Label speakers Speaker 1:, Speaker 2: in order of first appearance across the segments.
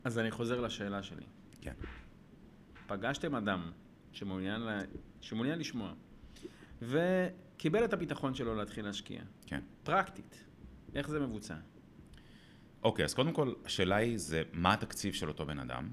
Speaker 1: אז אני חוזר לשאלה שלי.
Speaker 2: כן.
Speaker 1: פגשתם אדם שמעוניין לשמוע, וקיבל את הביטחון שלו להתחיל להשקיע.
Speaker 2: כן.
Speaker 1: פרקטית, איך זה מבוצע?
Speaker 2: אוקיי, אז קודם כל, השאלה היא זה מה התקציב של אותו בן אדם,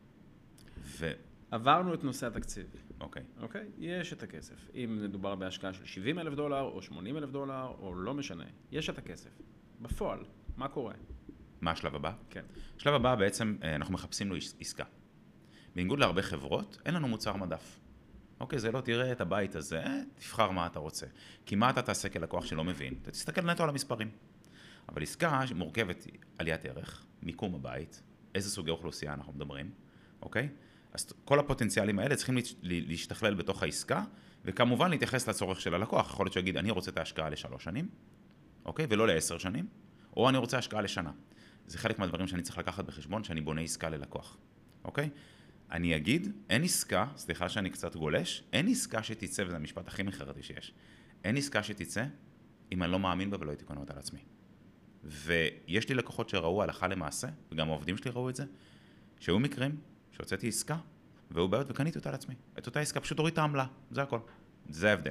Speaker 1: עברנו את נושא התקציב.
Speaker 2: אוקיי.
Speaker 1: אוקיי? יש את הכסף. אם מדובר בהשקעה של $70,000 או $80,000 או לא משנה, יש את הכסף. בפועל, מה קורה?
Speaker 2: מה השלב הבא?
Speaker 1: כן.
Speaker 2: השלב הבא בעצם אנחנו מחפשים לו עסקה. בניגוד להרבה חברות, אין לנו מוצר מדף. אוקיי, זה לא תראה את הבית הזה, תבחר מה אתה רוצה. כי מה אתה תעשה כלקוח שלא מבין? אתה תסתכל נטו על המספרים. אבל עסקה שמורכבת עליית ערך, מיקום הבית, איזה סוגי אוכלוסייה אנחנו מדברים, אוקיי? אז כל הפוטנציאלים האלה צריכים להשתכלל בתוך העסקה, וכמובן להתייחס לצורך של הלקוח. יכול להיות שיגיד, אני רוצה את ההשקעה ל3 שנים, אוקיי? ולא ל10 שנים, או אני רוצה השקעה לשנה. זה חלק מהדברים שאני צריך לקחת בחשבון שאני בונה עסקה ללקוח, אוקיי? אני אגיד, אין עסקה, סליחה שאני קצת גולש, אין עסקה שתצא, וזה המשפט הכי מחרתי שיש, אין עסקה שתצא אם אני לא מאמין בה ולא הייתי קונה אותה לעצמי. ויש לי לקוחות שראו הלכה למעשה, וגם העובדים שלי ראו את זה, שהיו מקרים שהוצאתי עסקה, והיו בעיות וקניתי אותה לעצמי. את אותה עסקה פשוט הוריד את העמלה, זה הכל. זה ההבדל.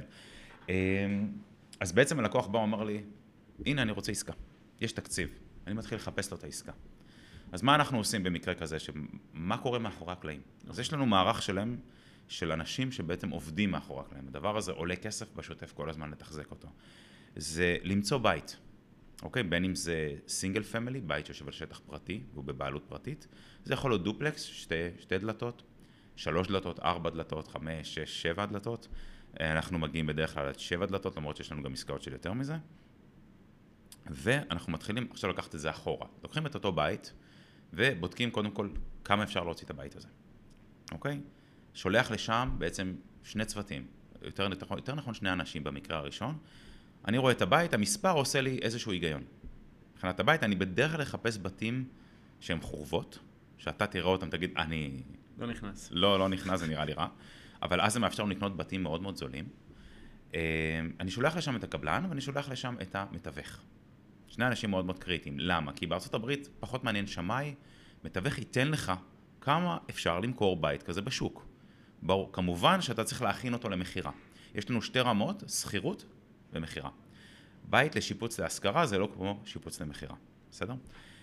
Speaker 2: אז בעצם הלקוח בא ואומר לי, הנה אני רוצה עסקה, יש תקציב, אני מתחיל לחפש לו את העסקה. אז מה אנחנו עושים במקרה כזה, מה קורה מאחורי הקלעים? אז יש לנו מערך שלם של אנשים שבעצם עובדים מאחורי הקלעים. הדבר הזה עולה כסף בשוטף כל הזמן לתחזק אותו. זה למצוא בית. אוקיי, בין אם זה סינגל פמילי, בית שיושב על שטח פרטי, והוא בבעלות פרטית. זה יכול להיות דופלקס, שתי דלתות, 3 דלתות, 4 דלתות, 5, 6, 7 דלתות. אנחנו מגיעים בדרך כלל עד 7 דלתות, למרות שיש לנו גם עסקאות של יותר מזה. ואנחנו מתחילים עכשיו לקחת את זה אחורה. לוקחים את אותו בית, ובודקים קודם כל כמה אפשר להוציא את הבית הזה. אוקיי? שולח לשם בעצם 2 צוותים, יותר נכון 2 אנשים במקרה הראשון. אני רואה את הבית, המספר עושה לי איזשהו היגיון. מבחינת הבית, אני בדרך כלל לחפש בתים שהם חורבות, שאתה תראה אותם, תגיד, אני...
Speaker 1: לא נכנס.
Speaker 2: לא נכנס, זה נראה לי רע. אבל אז זה מאפשר לקנות בתים מאוד מאוד זולים. אני שולח לשם את הקבלן, ואני שולח לשם את המתווך. 2 אנשים מאוד מאוד קריטיים. למה? כי בארצות הברית פחות מעניין שמאי, מתווך ייתן לך כמה אפשר למכור בית כזה בשוק. ברור, כמובן שאתה צריך להכין אותו למחירה. יש לנו 2 רמות, שכירות ומחירה. בית לשיפוץ להשכרה זה לא כמו שיפוץ למחירה, בסדר?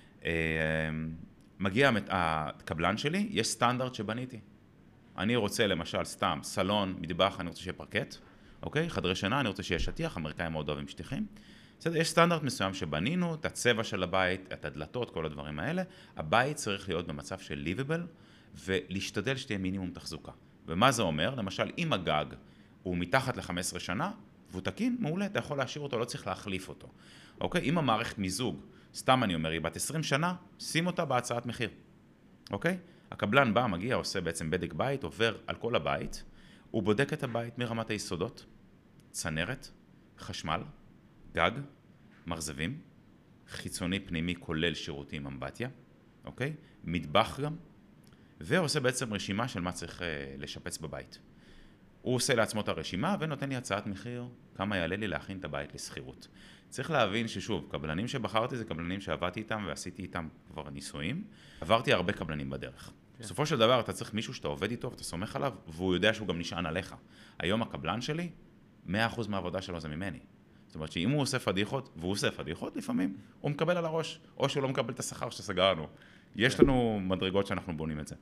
Speaker 2: מגיע הקבלן שלי, יש סטנדרט שבניתי. אני רוצה למשל סתם סלון, מטבח, אני רוצה שיהיה פרקט, אוקיי? חדרי שינה, אני רוצה שיהיה שטיח, אמריקאים מאוד אוהבים שטיחים. בסדר, יש סטנדרט מסוים שבנינו, את הצבע של הבית, את הדלתות, כל הדברים האלה. הבית צריך להיות במצב של ליביבל, ולהשתדל שתהיה מינימום תחזוקה. ומה זה אומר? למשל, אם הגג הוא מתחת ל-15 שנה, והוא תקין, מעולה, אתה יכול להשאיר אותו, לא צריך להחליף אותו. אוקיי? אם המערכת מיזוג, סתם אני אומר, היא בת 20 שנה, שים אותה בהצעת מחיר. אוקיי? הקבלן בא, מגיע, עושה בעצם בדק בית, עובר על כל הבית, הוא בודק את הבית מרמת היסודות, צנרת, חשמל, גג, מרזבים, חיצוני פנימי כולל שירותים אמבטיה, אוקיי? מטבח גם, ועושה בעצם רשימה של מה צריך לשפץ בבית. הוא עושה לעצמו את הרשימה ונותן לי הצעת מחיר כמה יעלה לי להכין את הבית לסחירות. צריך להבין ששוב, קבלנים שבחרתי זה קבלנים שעבדתי איתם ועשיתי איתם כבר ניסויים. עברתי הרבה קבלנים בדרך. כן. בסופו של דבר אתה צריך מישהו שאתה עובד איתו ואתה סומך עליו והוא יודע שהוא גם נשען עליך. היום הקבלן שלי, 100% מהעבודה שלו זה ממני. זאת אומרת שאם הוא עושה פדיחות, והוא עושה פדיחות לפעמים, הוא מקבל על הראש, או שהוא לא מקבל את השכר שסגרנו. יש לנו מדרגות שאנחנו בונים את זה.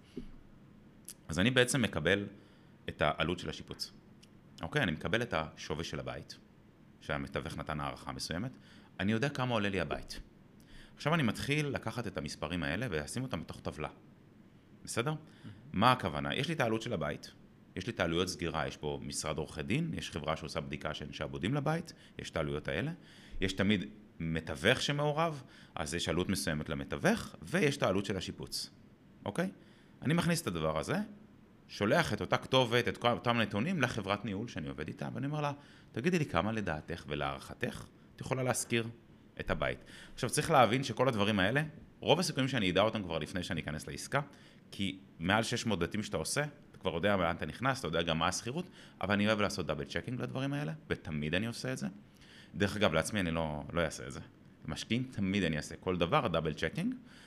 Speaker 2: אז אני בעצם מקבל את העלות של השיפוץ. אוקיי, אני מקבל את השווי של הבית, שהמתווך נתן הערכה מסוימת, אני יודע כמה עולה לי הבית. עכשיו אני מתחיל לקחת את המספרים האלה ולשים אותם בתוך טבלה. בסדר? מה הכוונה? יש לי את העלות של הבית, יש לי את העלויות סגירה, יש פה משרד עורכי דין, יש חברה שעושה בדיקה של שעבודים לבית, יש את העלויות האלה, יש תמיד מתווך שמעורב, אז יש עלות מסוימת למתווך, ויש את העלות של השיפוץ. אוקיי? אני מכניס את הדבר הזה, שולח את אותה כתובת, את אותם נתונים לחברת ניהול שאני עובד איתה, ואני אומר לה, תגידי לי כמה לדעתך ולהערכתך, את יכולה להזכיר את הבית. עכשיו צריך להבין שכל הדברים האלה, רוב הסיכויים שאני אדע אותם כבר לפני שאני אכנס לעסקה, כי מעל 600 דתים שאתה עושה, אתה כבר יודע לאן אתה נכנס, אתה יודע גם מה הסחירות, אבל אני אוהב לעשות דאבל צ'קינג לדברים האלה, ותמיד אני עושה את זה. דרך אגב, לעצמי אני לא אעשה את זה. משקיעים, תמיד אני אעשה כל דבר, דאבל צ'קינג,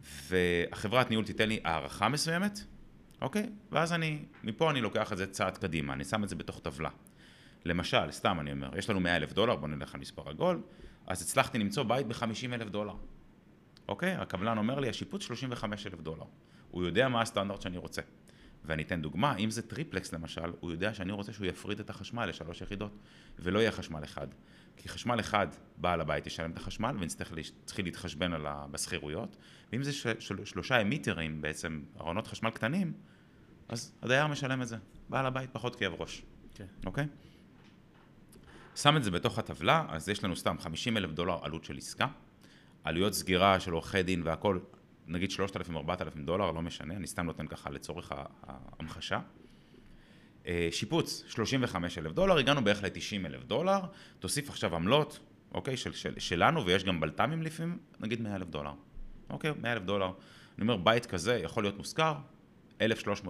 Speaker 2: והחברת ניהול תיתן לי הערכה מסוימת, אוקיי? ואז מפה אני לוקח את זה צעד קדימה, אני שם את זה בתוך טבלה. למשל, סתם אני אומר, יש לנו $100,000, בוא נלך על מספר עגול, אז הצלחתי למצוא בית $50,000. אוקיי? הקבלן אומר לי, השיפוץ $35,000. הוא יודע מה הסטנדרט שאני רוצה. ואני אתן דוגמה, אם זה טריפלקס למשל, הוא יודע שאני רוצה שהוא יפריד את החשמל ל3 יחידות, ולא יהיה חשמל אחד. כי חשמל אחד, בעל הבית ישלם את החשמל, ונצטרך להתחשבן בסחירויות, ואם זה 3 אמיטרים, בעצם ארונות חשמל קטנים, אז הדייר משלם את זה. בעל הבית פחות כאב ראש.
Speaker 1: כן.
Speaker 2: אוקיי? שם את זה בתוך הטבלה, אז יש לנו סתם $50,000 עלות של עסקה, עלויות סגירה של עורכי דין והכל, נגיד $3,000-4,000, לא משנה, אני סתם נותן ככה לצורך ההמחשה. שיפוץ, $35,000, הגענו בערך ל$90,000, תוסיף עכשיו עמלות, אוקיי, שלנו, ויש גם בלת"מים לפעמים, נגיד $100,000. אוקיי, $100,000. אני אומר, בית כזה יכול להיות מושכר, $1,300.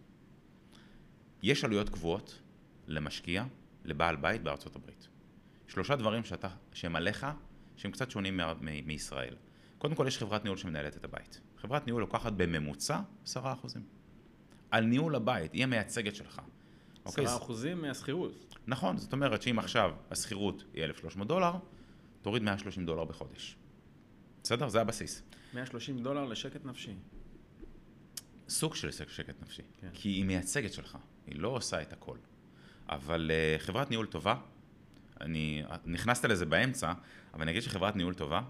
Speaker 2: יש עלויות קבועות למשקיע, לבעל בית בארצות הברית. 3 דברים שהם עליך, שהם קצת שונים מישראל. קודם כל, יש חברת ניהול שמנהלת את הבית. חברת ניהול לוקחת בממוצע 10%. על ניהול הבית, היא המייצגת שלך.
Speaker 1: 10% מהשכירות.
Speaker 2: נכון, זאת אומרת שאם עכשיו השכירות היא $1,300, תוריד $130 בחודש. בסדר? זה הבסיס.
Speaker 1: $130 לשקט נפשי.
Speaker 2: סוג של שקט נפשי.
Speaker 1: כן.
Speaker 2: כי היא מייצגת שלך, היא לא עושה את הכל. אבל חברת ניהול טובה, נכנסת לזה באמצע, אבל אני אגיד שחברת ניהול טובה,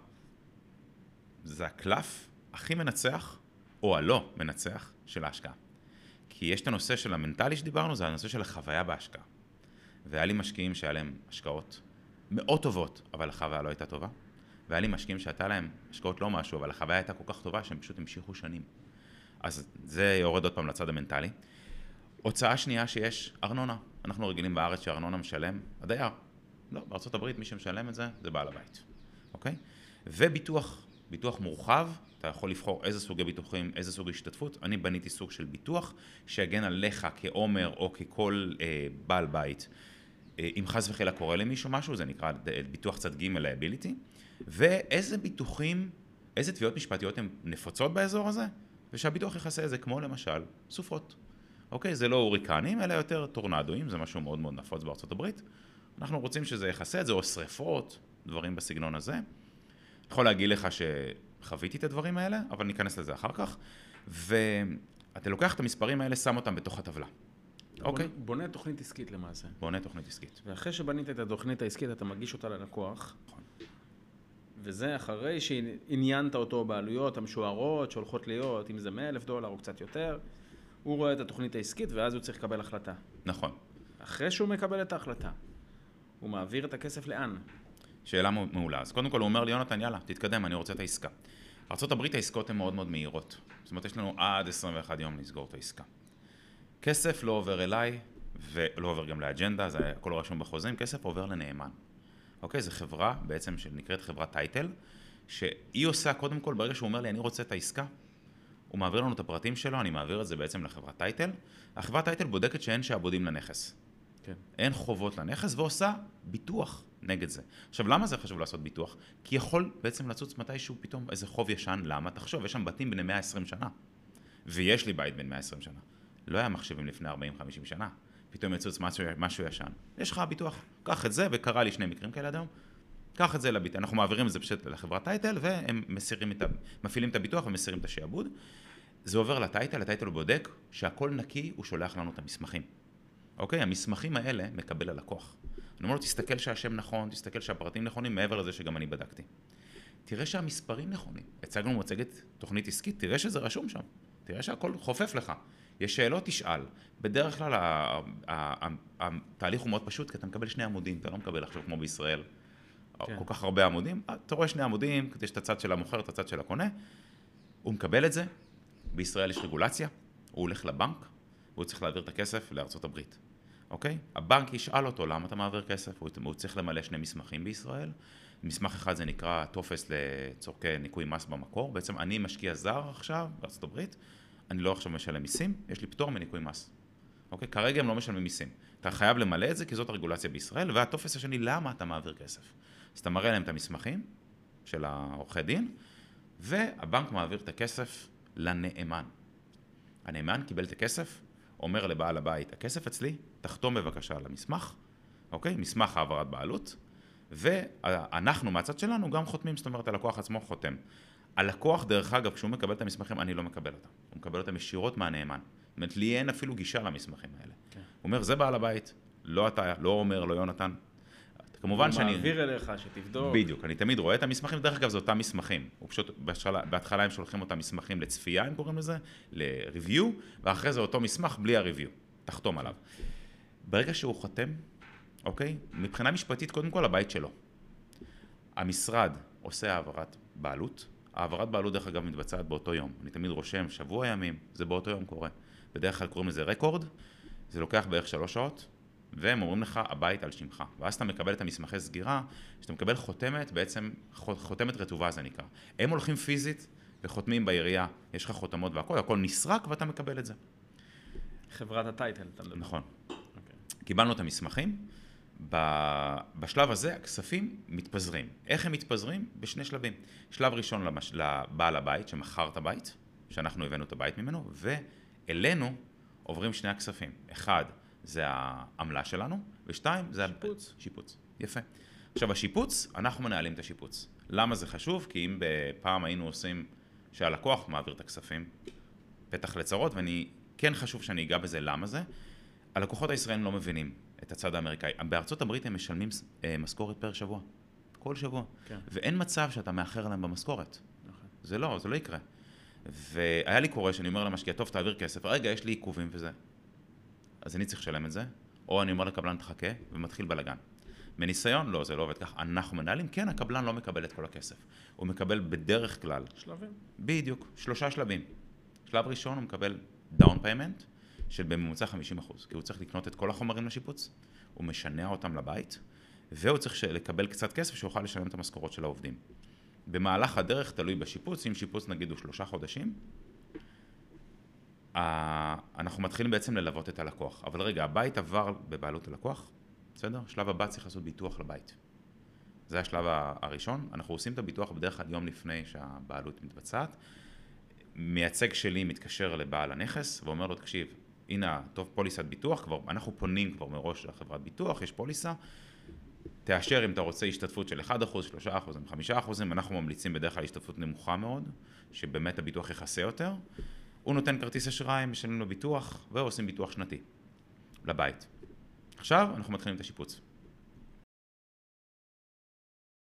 Speaker 2: זה הקלף הכי מנצח, או הלא מנצח, של ההשקעה. כי יש את הנושא של המנטלי שדיברנו, זה הנושא של החוויה בהשקעה. והיה לי משקיעים שהיה להם השקעות מאוד טובות, אבל החוויה לא הייתה טובה. והיה לי משקיעים שהייתה להם השקעות לא משהו, אבל החוויה הייתה כל כך טובה שהם פשוט המשיכו שנים. אז זה יורד עוד פעם לצד המנטלי. הוצאה שנייה שיש, ארנונה. אנחנו רגילים בארץ שארנונה משלם, הדייר. לא, בארצות הברית מי שמשלם את זה, זה בעל הבית. אוקיי? וביטוח, ביטוח מורחב, אתה יכול לבחור איזה סוגי ביטוחים, איזה סוג השתתפות. אני בניתי סוג של ביטוח שיגן עליך כעומר או ככל בעל בית. אם חס וחלילה קורה למישהו משהו, זה נקרא ביטוח צד ג' liability. ואיזה ביטוחים, איזה תביעות משפטיות הן נפוצות באזור הזה, ושהביטוח יכסה את זה, כמו למשל סופות. אוקיי, זה לא הוריקנים, אלא יותר טורנדואים, זה משהו מאוד מאוד נפוץ בארצות הברית. אנחנו רוצים שזה יכסה את זה, או שריפות, דברים בסגנון הזה. יכול להגיד לך שחוויתי את הדברים האלה, אבל ניכנס לזה אחר כך. ואתה לוקח את המספרים האלה, שם אותם בתוך הטבלה. אוקיי?
Speaker 1: בונה תוכנית עסקית למעשה.
Speaker 2: בונה תוכנית עסקית.
Speaker 1: ואחרי שבנית את התוכנית העסקית, אתה מגיש אותה ללקוח.
Speaker 2: נכון.
Speaker 1: וזה אחרי שעניינת אותו בעלויות המשוערות שהולכות להיות, אם זה $100,000 או קצת יותר, הוא רואה את התוכנית העסקית ואז הוא צריך לקבל החלטה.
Speaker 2: נכון.
Speaker 1: אחרי שהוא מקבל את ההחלטה, הוא מעביר את הכסף לאן?
Speaker 2: שאלה מעולה. אז קודם כל הוא אומר לי, יונתן, יאללה, תתקדם, אני רוצה את העסקה. ארצות הברית העסקות הן מאוד מאוד מהירות. זאת אומרת, יש לנו עד 21 יום לסגור את העסקה. כסף לא עובר אליי, ולא עובר גם לאג'נדה, זה הכל רשום בחוזים, כסף עובר לנאמן. אוקיי, זו חברה בעצם שנקראת חברת טייטל, שהיא עושה קודם כל, ברגע שהוא אומר לי, אני רוצה את העסקה, הוא מעביר לנו את הפרטים שלו, אני מעביר את זה בעצם לחברת טייטל. החברת טייטל בודקת שאין שעבודים לנכס.
Speaker 1: כן.
Speaker 2: אין חובות לנכס, ועושה ביטוח נגד זה. עכשיו, למה זה חשוב לעשות ביטוח? כי יכול בעצם לצוץ מתישהו פתאום איזה חוב ישן, למה? תחשוב, יש שם בתים בני 120 שנה, ויש לי בית בן 120 שנה. לא היה מחשבים לפני 40-50 שנה. פתאום יצוץ משהו ישן. יש לך ביטוח, קח את זה, וקרה לי 2 מקרים כאלה עד היום, קח את זה לביט, אנחנו מעבירים את זה פשוט לחברת טייטל, והם מפעילים את הביטוח ומסירים את השעבוד. זה עובר לטייטל, הטייטל הוא בודק שהכל נקי, הוא שולח לנו את המסמכים. אוקיי? המסמכים האלה מקבל הלקוח. אני אומר לו, תסתכל שהשם נכון, תסתכל שהפרטים נכונים, מעבר לזה שגם אני בדקתי. תראה שהמספרים נכונים. הצגנו מצגת תוכנית עסקית, תראה שזה רשום שם. תראה שהכל חופף לך. יש שאלות, תשאל. בדרך כלל התהליך הוא מאוד פשוט, כי אתה מקבל 2 עמודים, אתה לא מקבל עכשיו כמו בישראל. כן. כל כך הרבה עמודים, אתה רואה 2 עמודים, יש את הצד של המוכר, את הצד של הקונה, הוא מקבל את זה, בישראל יש רגולציה, הוא הולך לבנק, והוא צריך להעביר את הכסף לארצות הברית. אוקיי? הבנק ישאל אותו למה אתה מעביר כסף, הוא צריך למלא 2 מסמכים בישראל, מסמך אחד זה נקרא טופס לצורכי ניקוי מס במקור, בעצם אני משקיע זר עכשיו בארצות הברית, אני לא עכשיו משלם מיסים, יש לי פטור מניקוי מס. אוקיי? כרגע הם לא משלמים מיסים. אתה חייב למלא את זה כי זאת הרגולציה בישראל, והטופס השני, למה אתה מעביר כסף? אז אתה מראה להם את המסמכים של העורכי דין, והבנק מעביר את הכסף לנאמן. הנאמן קיבל את הכסף, אומר לבעל הבית, הכסף אצלי, תחתום בבקשה על המסמך, אוקיי? מסמך העברת בעלות, ואנחנו מהצד שלנו גם חותמים, זאת אומרת, הלקוח עצמו חותם. הלקוח, דרך אגב, כשהוא מקבל את המסמכים, אני לא מקבל אותם. הוא מקבל אותם ישירות מהנאמן. זאת אומרת, לי אין אפילו גישה למסמכים האלה. Okay. הוא אומר, זה בעל הבית, לא אתה, לא אומר, לא יונתן. כמובן שאני...
Speaker 1: הוא מעביר אליך, שתבדוק.
Speaker 2: בדיוק, אני תמיד רואה את המסמכים, דרך אגב, זה אותם מסמכים. הוא פשוט, בהתחלה הם שולחים אותם מסמכים לצפייה, הם קוראים לזה, ל-review, ואחרי זה אותו מסמך בלי ה-review. תחתום עליו. ברגע שהוא חותם, אוקיי? מבחינה משפטית, קודם כל, הבית שלו. המשרד עושה העברת בעלות. העברת בעלות, דרך אגב, מתבצעת באותו יום. אני תמיד רושם שבוע ימים, זה באותו יום קורה. בדרך כלל קוראים לזה רקורד, זה לוקח בערך 3 שעות, והם אומרים לך, הבית על שמך. ואז אתה מקבל את המסמכי סגירה, שאתה מקבל חותמת, בעצם חותמת רטובה זה נקרא. הם הולכים פיזית וחותמים בעירייה, יש לך חותמות והכל, הכל נסרק ואתה מקבל את זה.
Speaker 1: חברת הטייטל, אתה מדבר.
Speaker 2: נכון. קיבלנו את המסמכים, בשלב הזה הכספים מתפזרים. איך הם מתפזרים? בשני שלבים. שלב ראשון לבעל הבית שמכר את הבית, שאנחנו הבאנו את הבית ממנו, ואלינו עוברים שני הכספים. אחד, זה העמלה שלנו, ושתיים, זה שיפוץ. יפה. עכשיו, השיפוץ, אנחנו מנהלים את השיפוץ. למה זה חשוב? כי אם בפעם היינו עושים שהלקוח מעביר את הכספים, פתח לצרות, ואני כן חשוב שאני אגע בזה למה זה. הלקוחות הישראלים לא מבינים את הצד האמריקאי. בארצות הברית הם משלמים משכורת פר שבוע. כל שבוע. כן. ואין מצב שאתה מאחר להם במשכורת. נכון. זה לא יקרה. והיה לי קורא שאני אומר למשקיע, טוב, תעביר כסף, רגע, יש לי עיכובים וזה. אז אני צריך לשלם את זה, או אני אומר לקבלן, תחכה, ומתחיל בלגן. מניסיון, לא, זה לא עובד כך. אנחנו מנהלים, כן, הקבלן לא מקבל את כל הכסף. הוא מקבל בדרך כלל.
Speaker 1: שלבים.
Speaker 2: בדיוק, 3 שלבים. שלב ראשון הוא מקבל דאון פיימנט, של בממוצע 50%, כי הוא צריך לקנות את כל החומרים לשיפוץ, הוא משנע אותם לבית, והוא צריך לקבל קצת כסף שיוכל לשלם את המשכורות של העובדים. במהלך הדרך, תלוי בשיפוץ, אם שיפוץ נגיד הוא 3 חודשים, אנחנו מתחילים בעצם ללוות את הלקוח. אבל רגע, הבית עבר בבעלות הלקוח, בסדר? שלב הבא צריך לעשות ביטוח לבית. זה השלב הראשון. אנחנו עושים את הביטוח בדרך כלל יום לפני שהבעלות מתבצעת. מייצג שלי מתקשר לבעל הנכס ואומר לו, תקשיב, הנה, טוב, פוליסת ביטוח, אנחנו פונים כבר מראש לחברת ביטוח, יש פוליסה, תאשר אם אתה רוצה השתתפות של 1%, 3%, 5%, אנחנו ממליצים בדרך כלל השתתפות נמוכה מאוד, שבאמת הביטוח יחסה יותר, הוא נותן כרטיס אשראי, משלמים לו ביטוח, ועושים ביטוח שנתי לבית. עכשיו אנחנו מתחילים את השיפוץ.